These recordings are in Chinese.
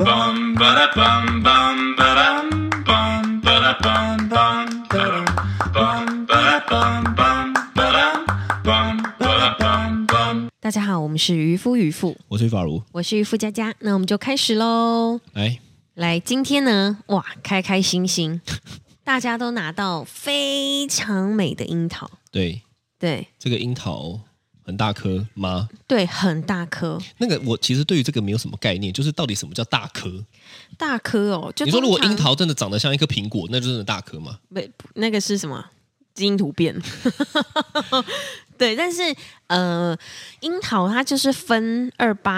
bum ba da bum bum ba dum bum ba da bum bum ba dum bum ba da bum bum ba dum bum ba da bum bum。 大家好，我们是渔夫渔妇， 我是法如， 我是渔夫佳佳，那我们就开始喽。来，今天呢，哇，开开心心，大家都拿到非常美的樱桃。 对，这个樱桃很大颗吗？ 对，很大颗。 那个我其实对于这个没有什么概念，就是到底什么叫大颗？ 大颗哦，就你说如果樱桃真的长得像一颗苹果，那就真的大颗吗？ 不，那个是什么？基因突变。对，但是樱桃它就是分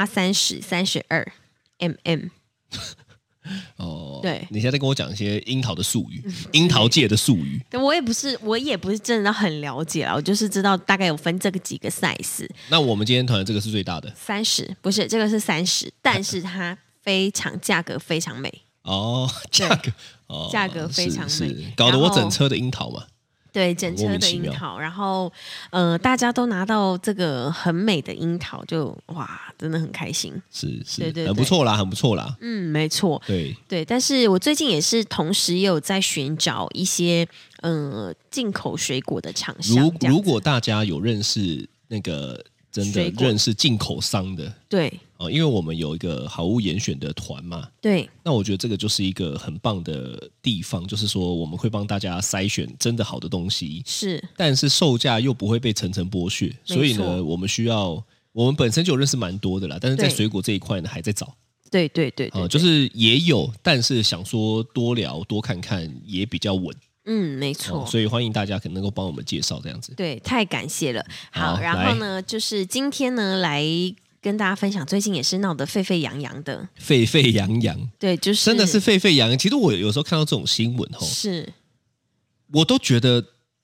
28、30、32mm。 哦， 对， 你现在在跟我讲一些樱桃的术语，樱桃界的术语。 我也不是真的很了解啦，我就是知道大概有分这个几个 size。 那我们今天团的这个是最大的 30，不是这个是30，但是它价格非常美哦， 价格非常美， 搞得我整车的樱桃嘛。 对，整车的樱桃，然后大家都拿到这个很美的樱桃，就哇，真的很开心。 是， 对， 很不错啦，很不错啦。 没错，对。但是我最近也是同时也有在寻找一些进口水果的厂商。 如果大家有认识那个真的认识进口商的， 对。 因为我们有一个好物严选的团嘛， 对， 那我觉得这个就是一个很棒的地方，就是说我们会帮大家筛选真的好的东西， 是， 但是售价又不会被层层剥削，所以呢，我们本身就认识蛮多的啦，但是在水果这一块呢还在找， 对， 就是也有，但是想说多聊多看看也比较稳。 没错， 所以欢迎大家可能能够帮我们介绍这样子。 对，太感谢了。好，然后呢，就是今天呢来跟大家分享，最近也是闹得沸沸扬扬的， 沸沸扬扬， 对，就是真的是沸沸扬扬。其实我有时候看到这种新闻是， 我都觉得，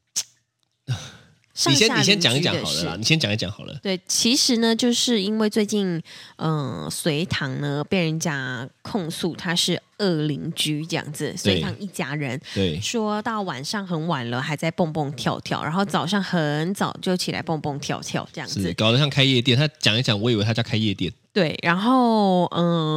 你先讲一讲好了啦，你先讲一讲好了。 对，其实呢，就是因为最近，隋棠呢被人家控诉他是恶邻居这样子，隋棠一家人， 对， 说到晚上很晚了还在蹦蹦跳跳，然后早上很早就起来蹦蹦跳跳这样子， 搞得像开夜店。他讲一讲，我以为他叫开夜店。 对，然后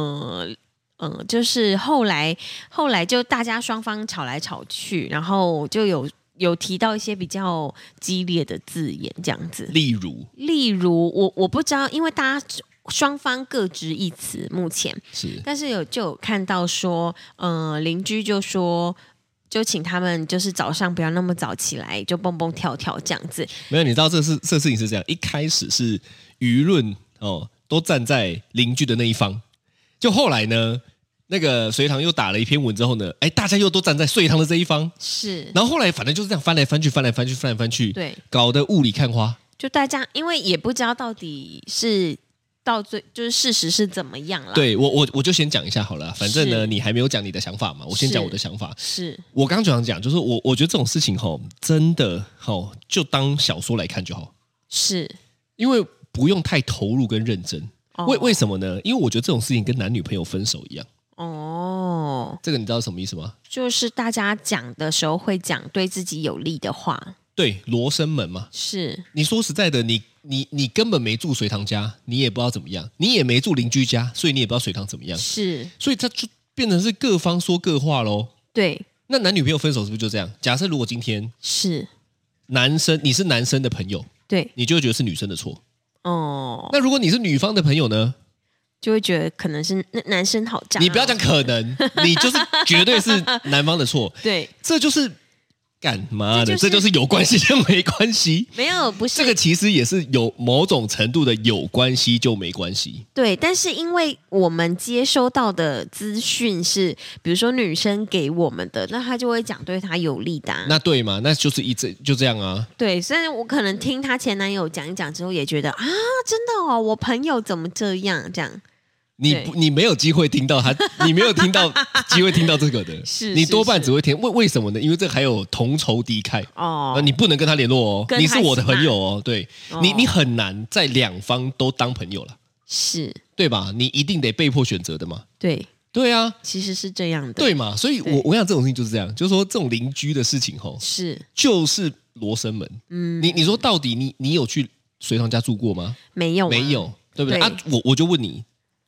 就是后来就大家双方吵来吵去，然后就有提到一些比较激烈的字眼，这样子。例如，我不知道，因为大家双方各执一词，目前是， 但是就有看到说，邻居就说，就请他们就是早上不要那么早起来，就蹦蹦跳跳这样子。 没有，你知道这事情是这样，一开始是舆论都站在邻居的那一方，就后来呢。那个隋棠又打了一篇文之后呢，大家又都站在隋棠的这一方， 是。 然后后来反正就是这样翻来翻去， 对， 搞得雾里看花。 就大家因为也不知道到底是到最就是事实是怎么样啦。 对，我就先讲一下好了，反正呢你还没有讲你的想法嘛，我先讲我的想法。 是我刚刚讲就是我觉得这种事情真的就当小说来看就好， 是因为不用太投入跟认真。为什么呢？因为我觉得这种事情跟男女朋友分手一样。这个你知道什么意思吗？ 就是大家讲的时候会讲对自己有利的话。 对，罗生门嘛。 是。 你说实在的，你根本没住隋棠家，你也不知道怎么样，你也没住邻居家，所以你也不知道隋棠怎么样。 是。 所以它就变成是各方说各话咯。 对。 那男女朋友分手是不是就这样？假设如果今天是你是男生的朋友， 对， 你就会觉得是女生的错。那如果你是女方的朋友呢？ 就会觉得可能是男生好渣。 你不要讲可能，你就是绝对是男方的错。 对， 这就是干嘛的？这就是有关系就没关系。 没有，不是这个其实也是有某种程度的有关系就没关系。 对，但是因为我们接收到的资讯是，比如说女生给我们的，那他就会讲对他有利的。那对嘛？那就是就这样啊。 对，所以我可能听她前男友讲一讲之后，也觉得啊，真的哦，我朋友怎么这样这样。 你没有机会听到他，你没有听到机会听到这个的，你多半只会听。为什么呢？因为这还有同仇敌忾你不能跟他联络哦，你是我的朋友哦，对你很难在两方都当朋友了， 是对吧？你一定得被迫选择的嘛。 对啊， 其实是这样的， 对嘛？所以我想这种事情就是这样，就是说这种邻居的事情就是罗生门。你说到底你有去隋棠家住过吗？ 没有， 对不对啊？我就问你。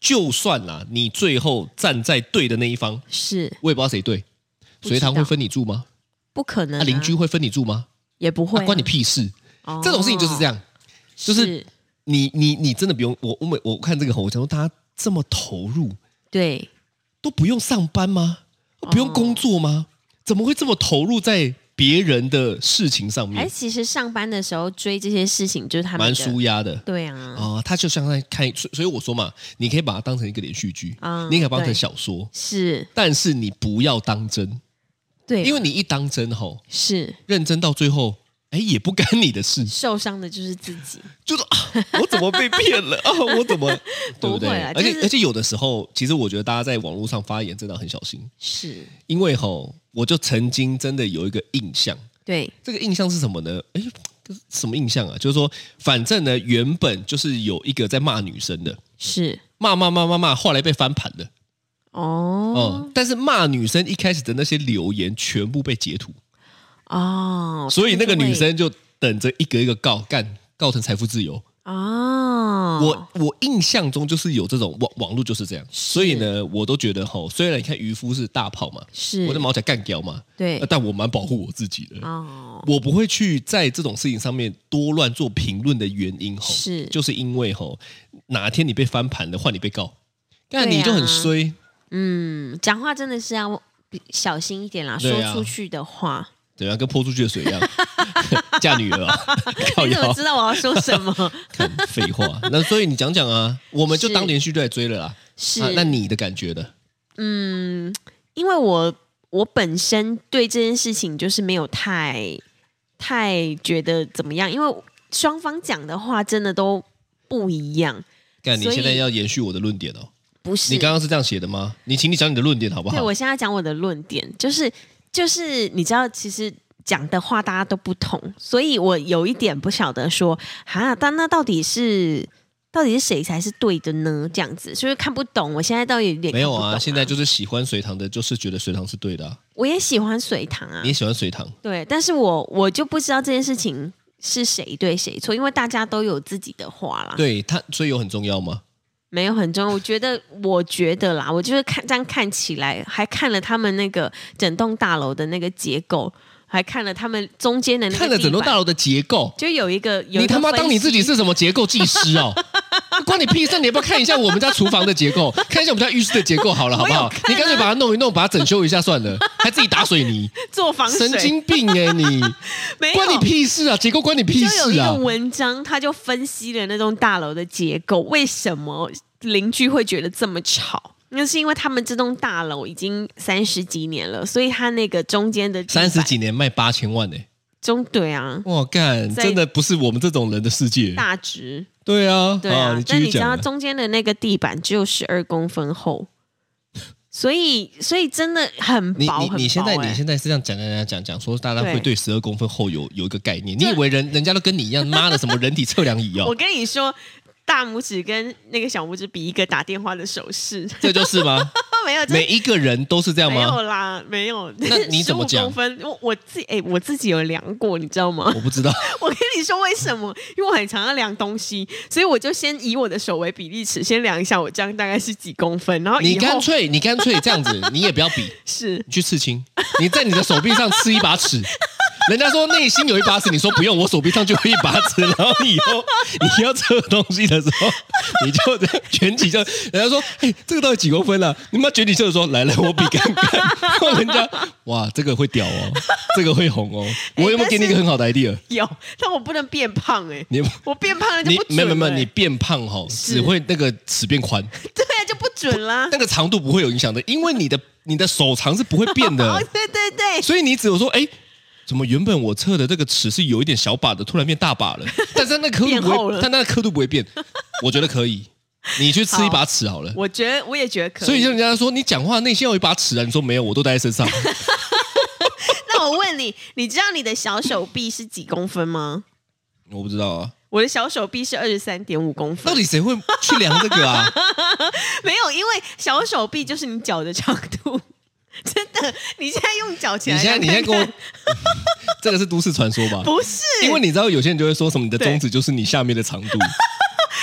就算啦，你最后站在对的那一方， 是我也不知道谁对，隋唐会分你住吗？ 不可能邻居会分你住吗？ 也不会， 关你屁事。这种事情就是这样，就是你真的不用我看这个，我想说大家这么投入， 对， 都不用上班吗？不用工作吗？怎么会这么投入在别人的事情上面？ 其实上班的时候追这些事情就是他们蛮舒压的。 对啊， 他就像在看，所以我说嘛，你可以把它当成一个连续剧，你可以把它当成小说， 是， 但是你不要当真， 对， 因为你一当真是认真到最后。也不干你的事， 受伤的就是自己， 就是我怎么被骗了我怎么对不对？而且有的时候，其实我觉得大家在网络上发言真的很小心， 是因为我就曾经真的有一个印象， 对， 这个印象是什么呢？什么印象啊？就是说，反正呢，原本就是有一个在骂女生的， 是骂，后来被翻盘了，但是骂女生一开始的那些留言全部被截图。所以那个女生就等着一个一个告成财富自由。我印象中就是有这种网络就是这样，所以呢，我都觉得虽然你看渔夫是大炮嘛，是我的毛起来干掉嘛， 对， 但我蛮保护我自己的。我不会去在这种事情上面多乱做评论的原因就是因为哪天你被翻盘了，换你被告，那你就很衰。 讲话真的是要小心一点啦，说出去的话。 对啊，跟泼出去的水一样，嫁女儿你怎么知道我要说什么？ 看废话，那所以你讲讲啊，我们就当连续剧来追了啦。是，那你的感觉呢？ 因为我本身对这件事情就是没有太觉得怎么样，因为双方讲的话真的都不一样。 干，你现在要延续我的论点哦？ 不是， 你刚刚是这样写的吗？请你讲你的论点好不好？ 对，我现在讲我的论点，就是你知道，其实讲的话大家都不同，所以我有一点不晓得说，但那到底是谁才是对的呢？这样子，所以看不懂。我现在倒有点没有啊，现在就是喜欢隋唐的，就是觉得隋唐是对的。 我也喜欢隋唐啊， 你也喜欢隋唐，对， 但是我就不知道这件事情是谁对谁错，因为大家都有自己的话啦。 对他，所以有很重要吗？ 没有很重要，我觉得啦，我就是这样看起来，还看了他们那个整栋大楼的那个结构，还看了他们中间的那个看了整栋大楼的结构， 就有一个你他妈当你自己是什么结构技师哦？关你屁事！你要不要看一下我们家厨房的结构，看一下我们家浴室的结构好了，好不好？你干脆把它弄一弄，把它整修一下算了，还自己打水泥做防水， 神经病你！关你屁事啊！结构关你屁事啊！ 就有一个文章，他就分析了那栋大楼的结构，为什么邻居会觉得这么吵？那是因为他们这栋大楼已经30几年了，所以他那个中间的 30几年卖8000万呢。 对啊， 哇干，真的不是我们这种人的世界， 大值。 对啊， 但你知道中间的那个地板只有12公分厚，所以真的很薄。 你现在是这样讲，说大家会对12公分厚有一个概念，你以为人家都跟你一样，妈的什么人体测量仪哦？ 我跟你说。大拇指跟那个小拇指比一个打电话的手势， 这就是吗？ 没有， 每一个人都是这样吗？ 没有啦，没有。 那你怎么讲？15 公分，我自己有量过，你知道吗？ 我不知道。 我跟你说为什么？因为我很常要量东西，所以我就先以我的手为比例尺，先量一下我这样大概是几公分，然后你干脆这样子，你也不要比， 是你去刺青，你在你的手臂上刺一把尺。人家说内心有一把尺，你说不用，我手臂上就有一把尺，然后以后你要测东西的时候，你就这样卷起，就人家说，这个到底几公分啊？你妈卷起就说，来，我比看看，人家哇，这个会屌哦，这个会红哦，我有没有给你一个很好的 idea？ 有，但我不能变胖我变胖了就不准了。 没有，你变胖只会那个尺变宽， 对啊，就不准啦。 那个长度不会有影响的，因为你的手长是不会变的， 对， 所以你只有说，怎么原本我测的这个尺是有一点小把的，突然变大把了，但是那刻度不会，但那个刻度不会变，我觉得可以。你去吃一把尺好了， 我也觉得可以。 所以像人家说你讲话内心有一把尺啊，你说没有，我都带在身上。 那我问你，你知道你的小手臂是几公分吗？ 我不知道啊。 我的小手臂是23.5公分。 到底谁会去量这个啊？ 没有，因为小手臂就是你脚的长度。真的，你现在用脚起来看看， 你现在跟我，这个是都市传说吧？ 不是， 因为你知道有些人就会说什么，你的中指就是你下面的长度。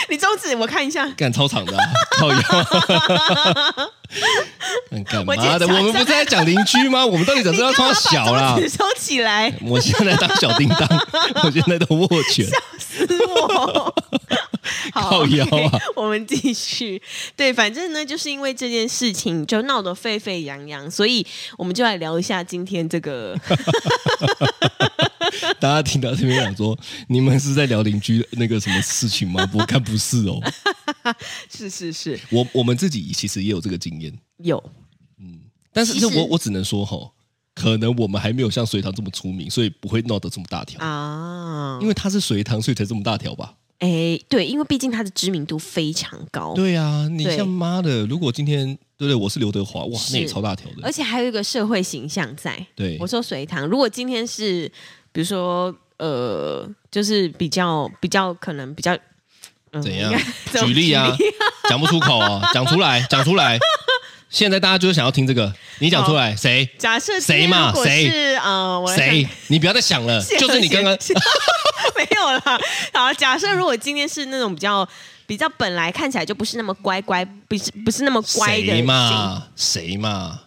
你中指我看一下， 干超长的靠腰。干嘛的？我们不是在讲邻居吗？我们到底怎么要穿小啦？ 中指收起来。 我现在当小叮当，我现在都握拳， 笑死我。 靠腰啊！ 我们继续。对，反正呢，就是因为这件事情就闹得沸沸扬扬，所以我们就来聊一下今天这个。 大家听到这边讲说，你们是在聊邻居那个什么事情吗？我看不是哦。 是， 我们自己其实也有这个经验， 有， 但是我只能说可能我们还没有像隋唐这么出名，所以不会闹得这么大条啊。因为他是隋唐，所以才这么大条吧？ 对，因为毕竟他的知名度非常高。 对啊，你像妈的，如果今天对不对，我是刘德华，哇，那也超大条的， 而且还有一个社会形象在。 对， 我说隋唐，如果今天是比如说就是比较可能比较怎样？举例啊，讲不出口啊，讲出来。现在大家就是想要听这个，你讲出来，谁？ 假设谁嘛？ 谁？ 谁？你不要再想了，就是你刚刚没有啦。好，假设如果今天是那种比较本来看起来就不是那么乖，不是那么乖的谁嘛？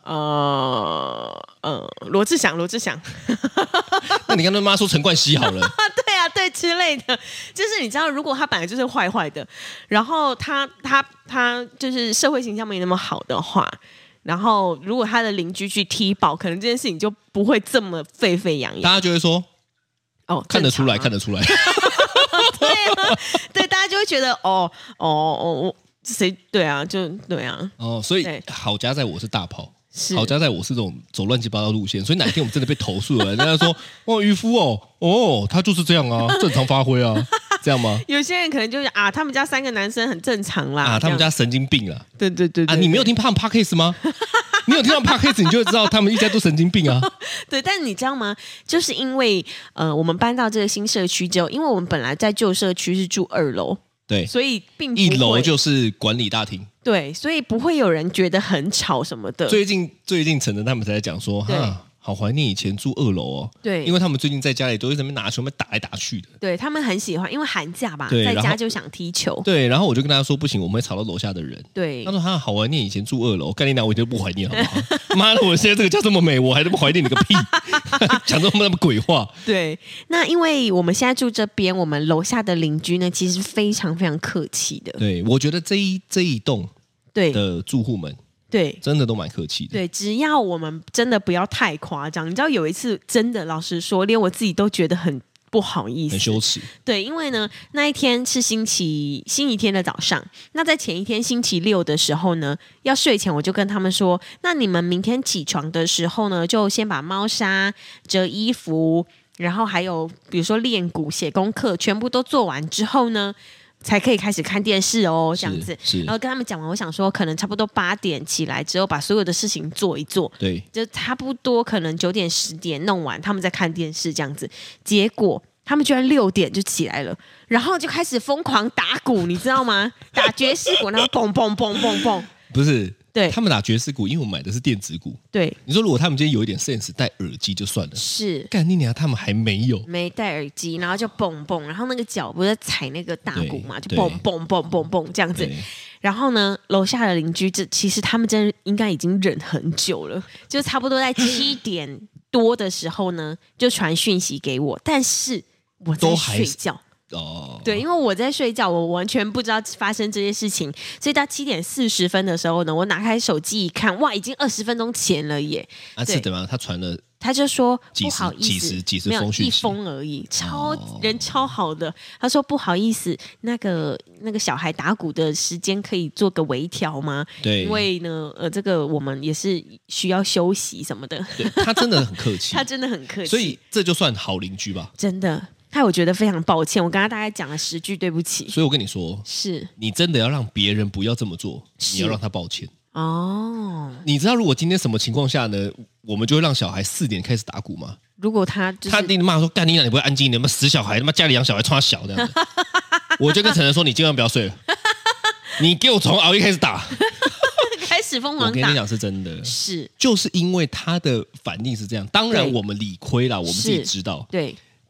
罗志祥。 那你刚才妈说陈冠希好了。 对啊，对之类的，就是你知道，如果他本来就是坏坏的，然后他就是社会形象没那么好的话，然后如果他的邻居去踢爆，可能这件事情就不会这么沸沸扬扬。 大家就会说，看得出来。 对啊，对，大家就会觉得谁对啊，就对啊。 所以好家在我是大炮。好家在我是这种走乱七八糟路线，所以哪天我们真的被投诉了，人家说渔夫他就是这样啊，正常发挥啊，这样吗？ 有些人可能就是他们家3个男生很正常啦， 他们家神经病啦。 对你没有听他们 podcast 吗？你有听到 podcast 你就会知道他们一家都神经病啊。 对，但是你知道吗？就是因为我们搬到这个新社区之后，因为我们本来在旧社区是住2楼。 对， 所以并不会 1楼就是管理大厅。 对，所以不会有人觉得很吵什么的。 最近陈晨他们才在讲说，好怀念以前住2楼哦。 对， 因为他们最近在家里都会在那边拿球打来打去的。 对，他们很喜欢，因为寒假吧，在家就想踢球。 对，然后我就跟他说，不行，我们会吵到楼下的人。 对， 他说好怀念以前住2楼，干你娘，我就不怀念好不好？妈的，我现在这个家这么美，我还这么怀念你个屁！讲这么鬼话。 对，那因为我们现在住这边，我们楼下的邻居呢，其实非常非常客气的。 对，我觉得这一栋的住户们。对，真的都蛮客气的。 对，只要我们真的不要太夸张。你知道有一次，真的老实说，连我自己都觉得很不好意思， 很羞耻。 对，因为呢，那一天是星期天的早上。那在前一天星期6的时候呢，要睡前我就跟他们说，那你们明天起床的时候呢，就先把猫砂、折衣服，然后还有比如说练鼓、写功课，全部都做完之后呢，才可以开始看电视哦，这样子。然后跟他们讲完，我想说可能差不多8点起来之后，把所有的事情做一做， 对， 就差不多可能9点10点弄完，他们在看电视这样子。结果他们居然6点就起来了，然后就开始疯狂打鼓，你知道吗？打爵士鼓，然后蹦蹦蹦蹦蹦。 不是。 对， 他们打爵士鼓，因为我买的是电子鼓。 对， 你说如果他们今天有一点 sense， 戴耳机就算了。 是， 干你娘，他们还没戴耳机，然后就蹦蹦，然后那个脚不是踩那个大鼓嘛，就蹦蹦蹦蹦蹦这样子。然后呢，楼下的邻居其实他们真的应该已经忍很久了，就差不多在7点多的时候呢，就传讯息给我，但是我在睡觉。对，因为我在睡觉，我完全不知道发生这些事情，所以到7点40分的时候呢，我拿开手机一看，哇，已经20分钟前了耶！ 是怎么样？他传了， 他就说不好意思， 几十封讯息， 1封而已，人超好的。他说不好意思，那个小孩打鼓的时间可以做个微调吗？ 对， 因为呢，这个我们也是需要休息什么的。 对，他真的很客气， 他真的很客气， 所以这就算好邻居吧？ 真的。害我觉得非常抱歉，我刚刚大概讲了10句对不起。 所以我跟你说， 是你真的要让别人不要这么做，你要让他抱歉哦。 你知道如果今天什么情况下呢，我们就会让小孩4点开始打鼓吗？ 如果他一定骂说干你娘，你不会安静，你们死小孩，他妈家里养小孩穿小这样子，我就跟陈晨说，你今晚不要睡了，你给我从熬夜开始打。 开始疯狂打， 我跟你讲是真的， 是就是因为他的反应是这样，当然我们理亏啦，我们自己知道， 对。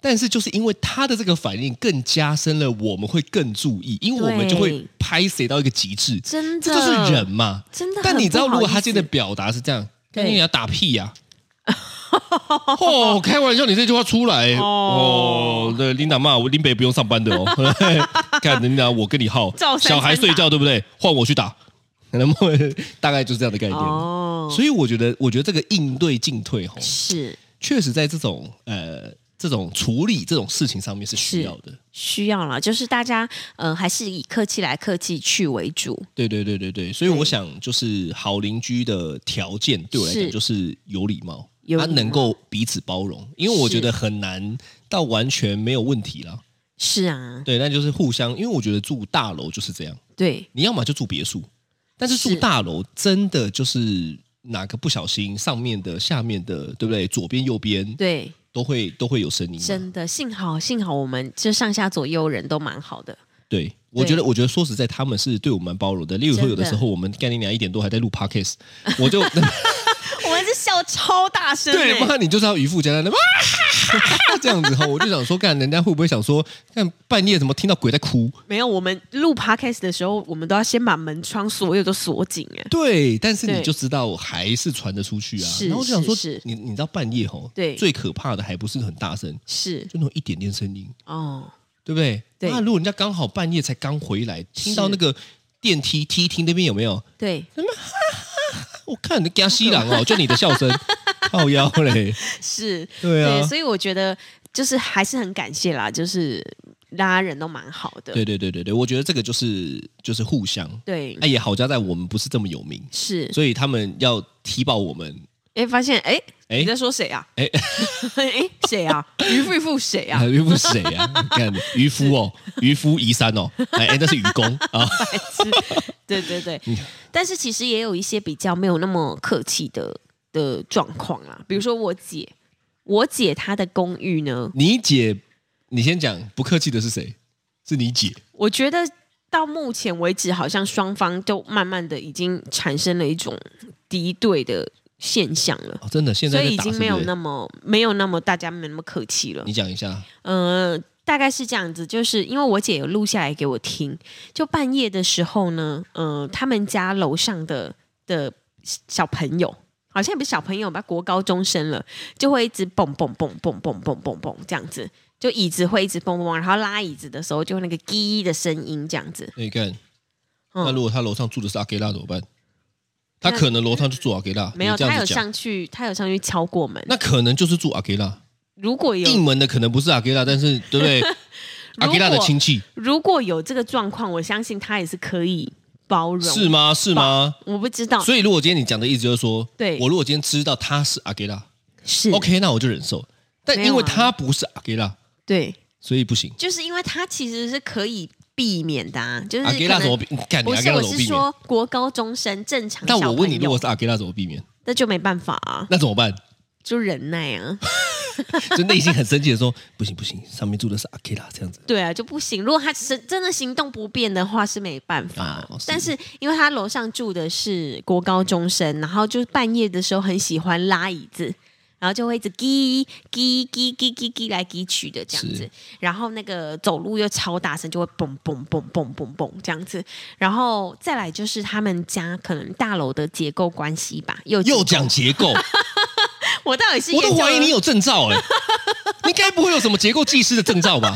但是就是因为他的这个反应更加深了，我们会更注意，因为我们就会拍谁到一个极致， 真的， 这就是人嘛， 真的。 但你知道，如果他今天的表达是这样，你要打屁呀、哦，开玩笑，你这句话出来哦，对，琳达骂我，林北不用上班的哦，看琳达，我跟你耗，小孩睡觉对不对？换我去打，大概就是这样的概念。所以我觉得这个应对进退是确实在这种处理这种事情上面是需要的， 需要啦，就是大家还是以客气来客气去为主。 对，所以我想就是好邻居的条件对我来讲就是有礼貌，他能够彼此包容，因为我觉得很难到完全没有问题啦。 是啊， 对，那就是互相，因为我觉得住大楼就是这样，对，你要么就住别墅，但是住大楼真的就是哪个不小心，上面的、下面的，对不对？左边、右边，对。都会有声音， 真的，幸好我们这上下左右人都蛮好的。 对，我觉得说实在，他们是对我们蛮包容的。例如说，有的时候我们概念1点多还在录 podcast， 我就我们是笑超大声， 对，妈你就是要渔夫家的这样子哈，我就想说，干人家会不会想说，看半夜怎么听到鬼在哭？ 没有，我们录 podcast 的时候，我们都要先把门窗所有都锁紧哎。 对，但是你就知道还是传得出去啊。然后我就想说，你知道半夜吼，对，最可怕的还不是很大声，是就那种一点点声音哦，对不对？对。那如果人家刚好半夜才刚回来，听到那个电梯梯厅那边有没有？对。我看你加西郎哦，就你的笑声，靠腰嘞，是，对啊，所以我觉得就是还是很感谢啦，就是大家人都蛮好的，对，我觉得这个就是互相，对，也好家在我们不是这么有名，是，所以他们要踢爆我们，发现你在说谁啊？谁啊？渔夫谁啊？渔夫谁啊？你看渔夫哦，渔夫移山哦，那是渔工啊。对，但是其实也有一些比较没有那么客气的状况啦，比如说我姐她的公寓呢，你姐，你先讲不客气的是谁？是你姐？我觉得到目前为止，好像双方都慢慢的已经产生了一种敌对的现象了，真的，现在所以已经没有那么大家没那么客气了。你讲一下，大概是这样子，就是因为我姐有录下来给我听，就半夜的时候呢，他们家楼上的小朋友，好像也不是小朋友吧，国高中生了，就会一直蹦蹦蹦蹦蹦蹦蹦蹦这样子，就椅子会一直蹦蹦蹦，然后拉椅子的时候就会那个滴的声音这样子。你看，那如果他楼上住的是阿给拉怎么办？他可能楼上就住阿给拉，没有，他有上去敲过门，那可能就是住阿给拉。如果有应门的，可能不是阿给拉，但是对不对？阿给拉的亲戚，如果有这个状况，我相信他也是可以包容，是吗？是吗？我不知道。所以如果今天你讲的意思就是说，对我如果今天知道他是阿给拉，是 OK， 那我就忍受。但因为他不是阿给拉，对，所以不行。就是因为他其实是可以避免的啊，就是阿给拉怎么避？不是，我是说国高中生正常小朋友。但我问你，如果是阿给拉怎么避免？那就没办法啊。那怎么办？就忍耐啊。就内心很生气的说，不行，上面住的是阿基拉这样子。对啊，就不行。如果他真的行动不便的话，是没办法。但是因为他楼上住的是国高中生，然后就半夜的时候很喜欢拉椅子，然后就会一直叽来叽去的这样子。然后那个走路又超大声，就会蹦蹦蹦蹦蹦蹦这样子。然后再来就是他们家可能大楼的结构关系吧，又讲结构。我到底是我都怀疑你有证照你该不会有什么结构技师的证照吧？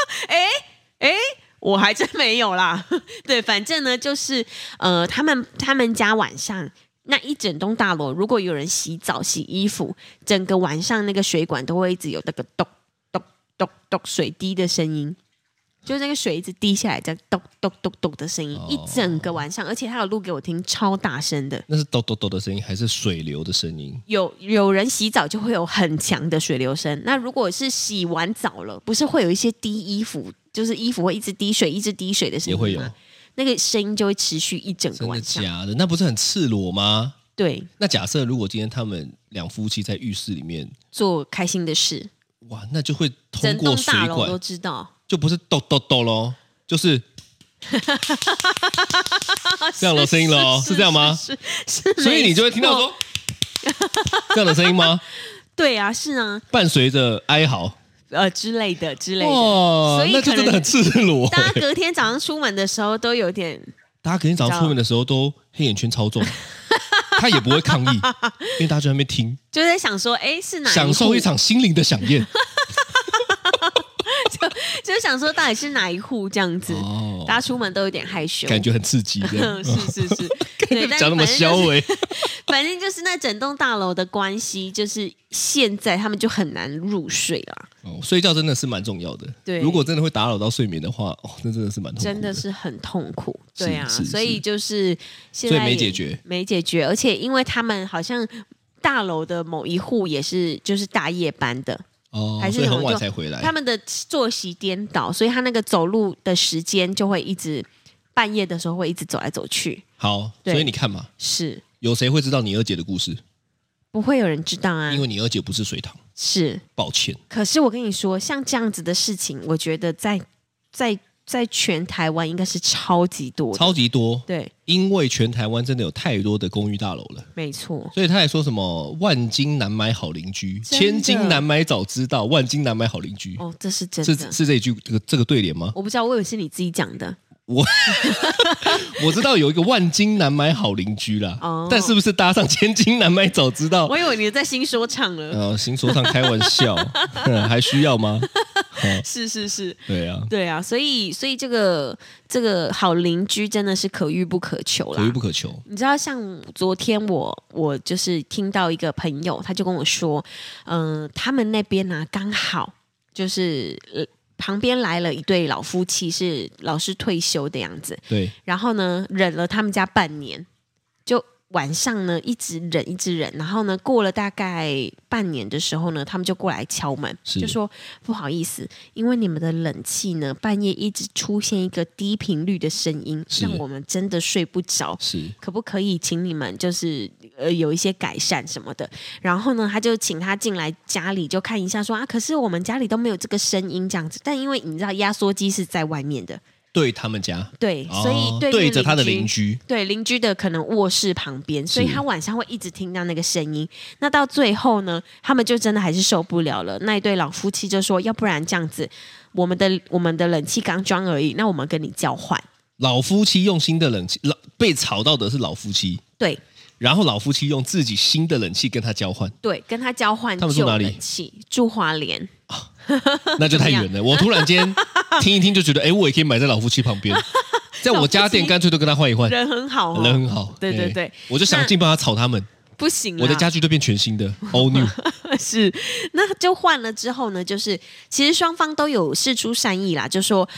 我还真没有啦。对，反正呢就是他们家晚上那一整栋大楼，如果有人洗澡洗衣服，整个晚上那个水管都会一直有那个咚咚咚咚水滴的声音。就是那个水一直滴下来，在咚咚咚咚的声音，一整个晚上，而且他有录给我听，超大声的。那是咚咚咚的声音，还是水流的声音？有人洗澡就会有很强的水流声。那如果是洗完澡了，不是会有一些滴衣服，就是衣服会一直滴水的声音吗？也会有，那个声音就会持续一整个晚上。真的假的？那不是很赤裸吗？对。那假设如果今天他们两夫妻在浴室里面做开心的事，哇，那就会通过水管，整栋大楼都知道。就不是咚咚咚咯，就是这样的声音咯，是这样吗？是，所以你就会听到说这样的声音吗？对啊，是啊，伴随着哀嚎。 之类的， 所以那就真的很赤裸。 大家隔天早上出门的时候都有点， 大家隔天早上出门的时候都黑眼圈超重，他也不会抗议，因为大家就在那边听， 就在想说，哎，是哪一户享受一场心灵的飨宴。 就想说到底是哪一户这样子，大家出门都有点害羞， 感觉很刺激。 是， 对，讲那么消微， 反正就是那整栋大楼的关系，就是现在他们就很难入睡啦。 睡觉真的是蛮重要的。对，如果真的会打扰到睡眠的话，那真的是蛮痛苦的， 真的是很痛苦。对啊，所以就是现在所以没解决， 而且因为他们好像大楼的某一户也是就是大夜班的。还是所以很晚才回来。 他们的作息颠倒，所以他那个走路的时间就会一直半夜的时候会一直走来走去。 好，所以你看嘛， 是有谁会知道你二姐的故事？ 不会有人知道啊， 因为你二姐不是水塘。 是， 抱歉。 可是我跟你说，像这样子的事情，我觉得在全台湾应该是超级多， 对，因为全台湾真的有太多的公寓大楼了， 没错。 所以他还说什么万金难买好邻居，千金难买早知道，万金难买好邻居。 这是真的， 是这一句这个对联吗？ 我不知道，我以为是你自己讲的。 我知道有一个万金难买好邻居啦，但是不是搭上千金难买早知道？ 我以为你在新说唱了。 新说唱开玩笑，还需要吗？ 是， 对啊，所以这个好邻居真的是可遇不可求啦， 可遇不可求。 你知道，像昨天我就是听到一个朋友，他就跟我说，他们那边呢刚好就是旁边来了一对老夫妻，是老师退休的样子。 对， 然后呢，忍了他们家半年，就晚上呢一直忍，然后呢过了大概半年的时候呢，他们就过来敲门，就说不好意思，因为你们的冷气呢半夜一直出现一个低频率的声音，让我们真的睡不着，可不可以请你们就是有一些改善什么的？然后呢，他就请他进来家里就看一下说，可是我们家里都没有这个声音这样子，但因为你知道压缩机是在外面的。 对他们家， 对，所以对着他的邻居， 对邻居的可能卧室旁边，所以他晚上会一直听到那个声音。那到最后呢，他们就真的还是受不了了。那一对老夫妻就说，要不然这样子，我们的冷气刚装而已，那我们跟你交换。 老夫妻用新的冷气，被吵到的是老夫妻， 对。 然后老夫妻用自己新的冷气跟他交换， 对，跟他交换。 他们住哪里？ 住花莲。 那就太远了。我突然间听一听就觉得，我也可以买在老夫妻旁边，在我家店干脆都跟他换一换。 人很好， 人很好。 对， 我就想尽办法吵他们。 不行， 我的家具都变全新的 ，all new。 是，那就换了之后呢，就是其实双方都有释出善意啦，就说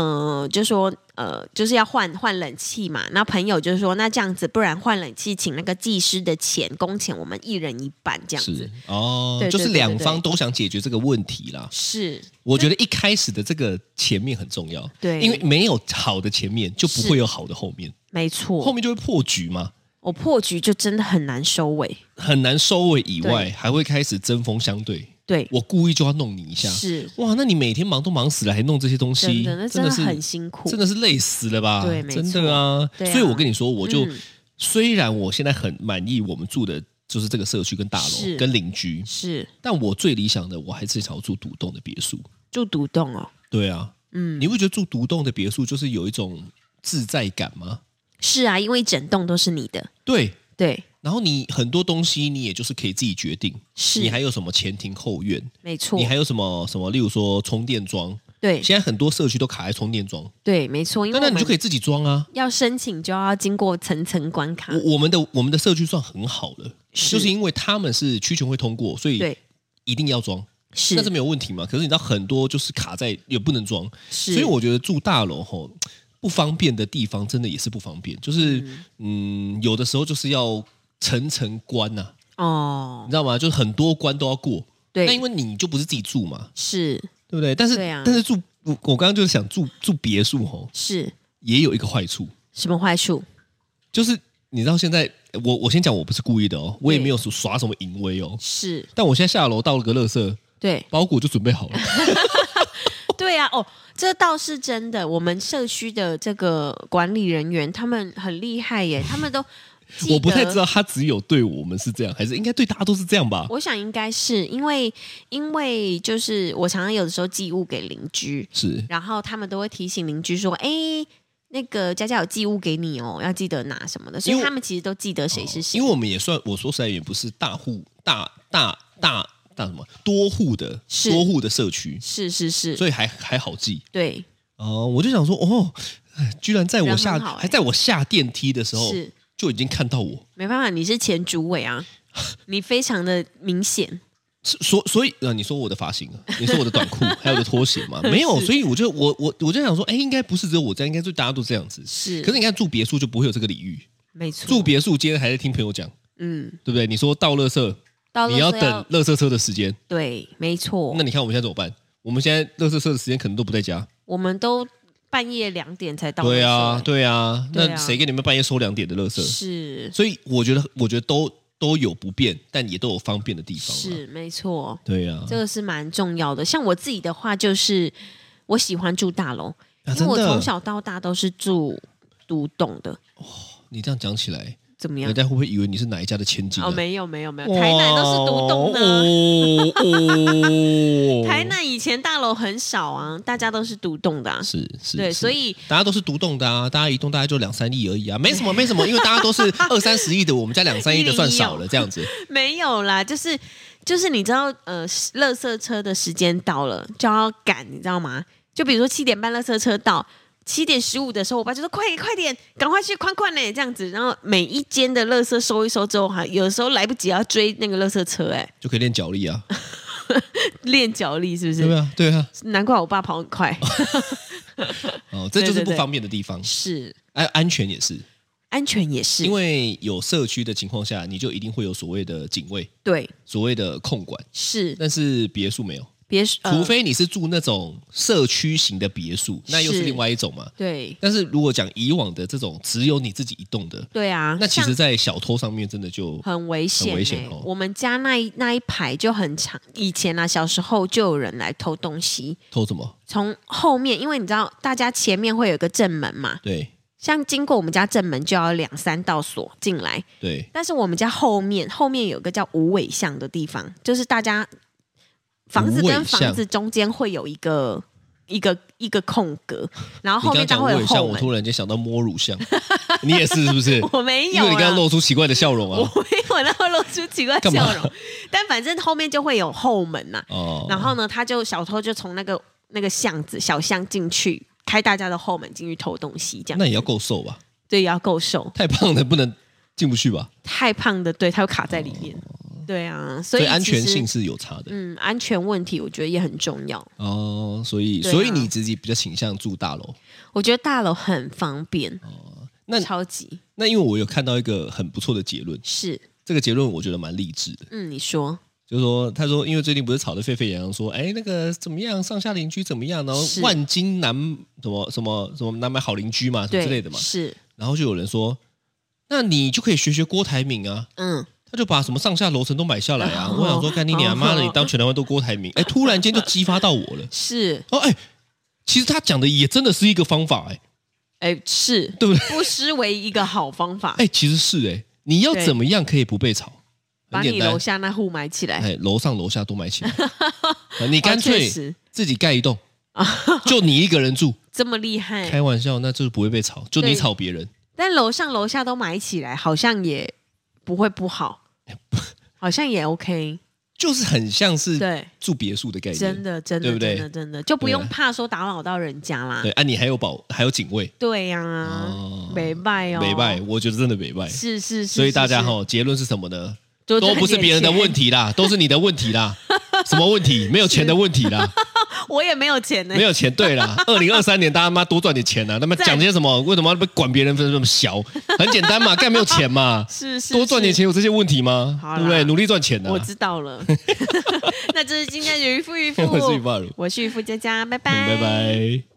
就是要换冷气嘛。那朋友就说，那这样子，不然换冷气，请那个技师的工钱，我们一人一半这样子。对， 就是两方都想解决这个问题啦。 是， 我觉得一开始的这个前面很重要， 对， 因为没有好的前面，就不会有好的后面。 没错， 后面就会破局嘛。 破局就真的很难收尾， 以外，还会开始针锋相对。 对， 我故意就要弄你一下。 是， 哇，那你每天忙都忙死了，还弄这些东西， 真的是很辛苦， 真的是累死了吧？ 对， 真的啊。所以我跟你说，我就虽然我现在很满意我们住的就是这个社区跟大楼跟邻居，但我最理想的我还是想要住独栋的别墅。 住独栋哦？ 对啊，你会觉得住独栋的别墅就是有一种自在感吗？ 是啊，因为整栋都是你的。对， 然后你很多东西你也就是可以自己决定。你还有什么前庭后院？ 没错。 你还有什么，例如说充电桩？ 对， 现在很多社区都卡在充电桩。 对，没错。 那你就可以自己装啊。 要申请就要经过层层关卡。 我们的社区算很好了，就是因为他们是区权会通过，所以一定要装。那是没有问题嘛？可是你知道很多就是卡在也不能装，所以我觉得住大楼吼。不方便的地方真的也是不方便，就是有的时候就是要层层关呐，你知道吗？就是很多关都要过。对，那因为你就不是自己住嘛， 是， 对不对？但是住我刚刚就是想住别墅吼， 是也有一个坏处。 什么坏处？ 就是你知道现在我先讲，我不是故意的哦，我也没有耍什么淫威哦， 是。 但我现在下楼到了个垃圾， 对， 包裹就准备好了。 对啊，这倒是真的。我们社区的这个管理人员，他们很厉害耶，他们都我不太知道他只有对我们是这样，还是应该对大家都是这样吧？ 我想应该是因为就是我常常有的时候寄物给邻居， 是， 然后他们都会提醒邻居说，哎。那个佳佳有寄物给你哦，要记得拿什么的，所以他们其实都记得谁是谁。 因为我们也算，我说实在也不是大什么多户的社区， 是， 所以还好记。 对， 我就想说，居然在我还在我下电梯的时候，就已经看到我。 没办法，你是前主委啊，你非常的明显。 所以你说我的发型，你说我的短裤，还有我的拖鞋嘛？没有，所以我就想说，应该不是只有我这样，应该就大家都这样子。 是， 可是你看住别墅就不会有这个礼遇， 没错。 住别墅今天还在听朋友讲，对不对？你说倒垃圾，你要等垃圾车的时间， 对，没错。 那你看我们现在怎么办？我们现在垃圾车的时间可能都不在家， 我们都半夜2点才到。 对啊，那谁给你们半夜收2点的垃圾？ 是， 所以我觉得都有不便，但也都有方便的地方。 是，没错。 对啊， 这个是蛮重要的。像我自己的话，就是我喜欢住大楼，因为我从小到大都是住独栋的。 你这样讲起来怎么样？ 人家会不会以为你是哪一家的千金？ 没有，台南都是独栋的。台南以前大楼很少啊，大家都是独栋的。 是， 对，所以大家都是独栋的啊，大家一栋大概就2-3亿而已啊，没什么，因为大家都是20-30亿的，我们家2-3亿的算少了，这样子。 没有啦，就是你知道，垃圾车的时间到了就要赶，你知道吗？就比如说7点半垃圾车到。7点15的时候，我爸就说：“快点，赶快去宽呢，这样子。”然后每一间的垃圾收一收之后，有的时候来不及要追那个垃圾车， 就可以练脚力啊， 练脚力是不是？ 对啊， 难怪我爸跑很快。 这就是不方便的地方。 是， 安全也是， 因为有社区的情况下，你就一定会有所谓的警卫， 对， 所谓的控管是， 但是别墅没有。 除非你是住那种社区型的别墅，那又是另外一种嘛。 对。 但是如果讲以往的这种只有你自己一栋的， 对啊， 那其实，在小偷上面真的就很危险。我们家那一排就很长，以前啊，小时候就有人来偷东西。 偷什么？ 从后面，因为你知道，大家前面会有个正门嘛。 对。 像经过我们家正门就要2-3道锁进来。 对。 但是我们家后面有个叫无尾巷的地方，就是大家。房子跟房子中间会有一个空格，然后后面它会有后门。 我突然间想到摸乳巷，你也是不是？ 我没有， 因为你刚刚露出奇怪的笑容啊。 我没有，然后露出奇怪的笑容。但反正后面就会有后门嘛。然后呢，小偷就从那个巷子小巷进去，开大家的后门进去偷东西，这样。 那也要够瘦吧？ 对，也要够瘦。 太胖的不能进不去吧？ 太胖的，对，它会卡在里面。对啊，所以安全性是有差的。 安全问题我觉得也很重要。 所以你自己比较倾向住大楼？ 我觉得大楼很方便。那超级。 那因为我有看到一个很不错的结论， 是这个结论我觉得蛮励志的。 你说。 就是说，他说，因为最近不是吵得沸沸扬扬，说，那个怎么样，上下邻居怎么样，然后万金难什么难买好邻居嘛，什么之类的嘛。 是。 然后就有人说，那你就可以学郭台铭啊。他就把什么上下楼层都买下来啊！我想说，干你娘妈的，你当全台湾都郭台铭，突然间就激发到我了。 是其实他讲的也真的是一个方法， 是对不对？ 不失为一个好方法。 其实是你要怎么样可以不被吵？ 把你楼下那户买起来， 楼上楼下都买起来，你干脆自己盖一栋，就你一个人住， 这么厉害？ 开玩笑，那就是不会被吵，就你吵别人。 但楼上楼下都买起来，好像也不会不好。好像也 OK， 就是很像是住别墅的概念， 真的，对不对？真的就不用怕说打扰到人家啦。 对你还有警卫， 对呀，没败哦， 没败，我觉得真的没败， 是， 所以大家结论是什么呢？都不是别人的问题啦，都是你的问题啦。什么问题？没有钱的问题啦。 我也没有钱呢， 没有钱。对啦，2023年大家妈多赚点钱啊！那么讲些什么？为什么要管别人分那么小？很简单嘛，干没有钱嘛， 是多赚点钱有这些问题吗？对不对？努力赚钱的。 我知道了。那这是今天的渔夫， 我是渔夫， 我是渔夫佳佳，拜拜， 拜拜。